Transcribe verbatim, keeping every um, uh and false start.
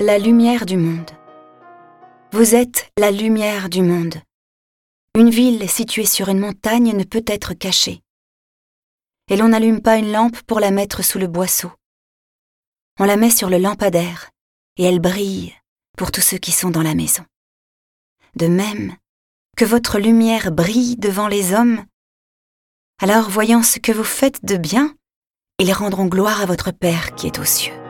la lumière du monde. Vous êtes la lumière du monde. Une ville située sur une montagne ne peut être cachée. Et l'on n'allume pas une lampe pour la mettre sous le boisseau. On la met sur le lampadaire et elle brille pour tous ceux qui sont dans la maison. De même que votre lumière brille devant les hommes, alors voyant ce que vous faites de bien, ils rendront gloire à votre Père qui est aux cieux.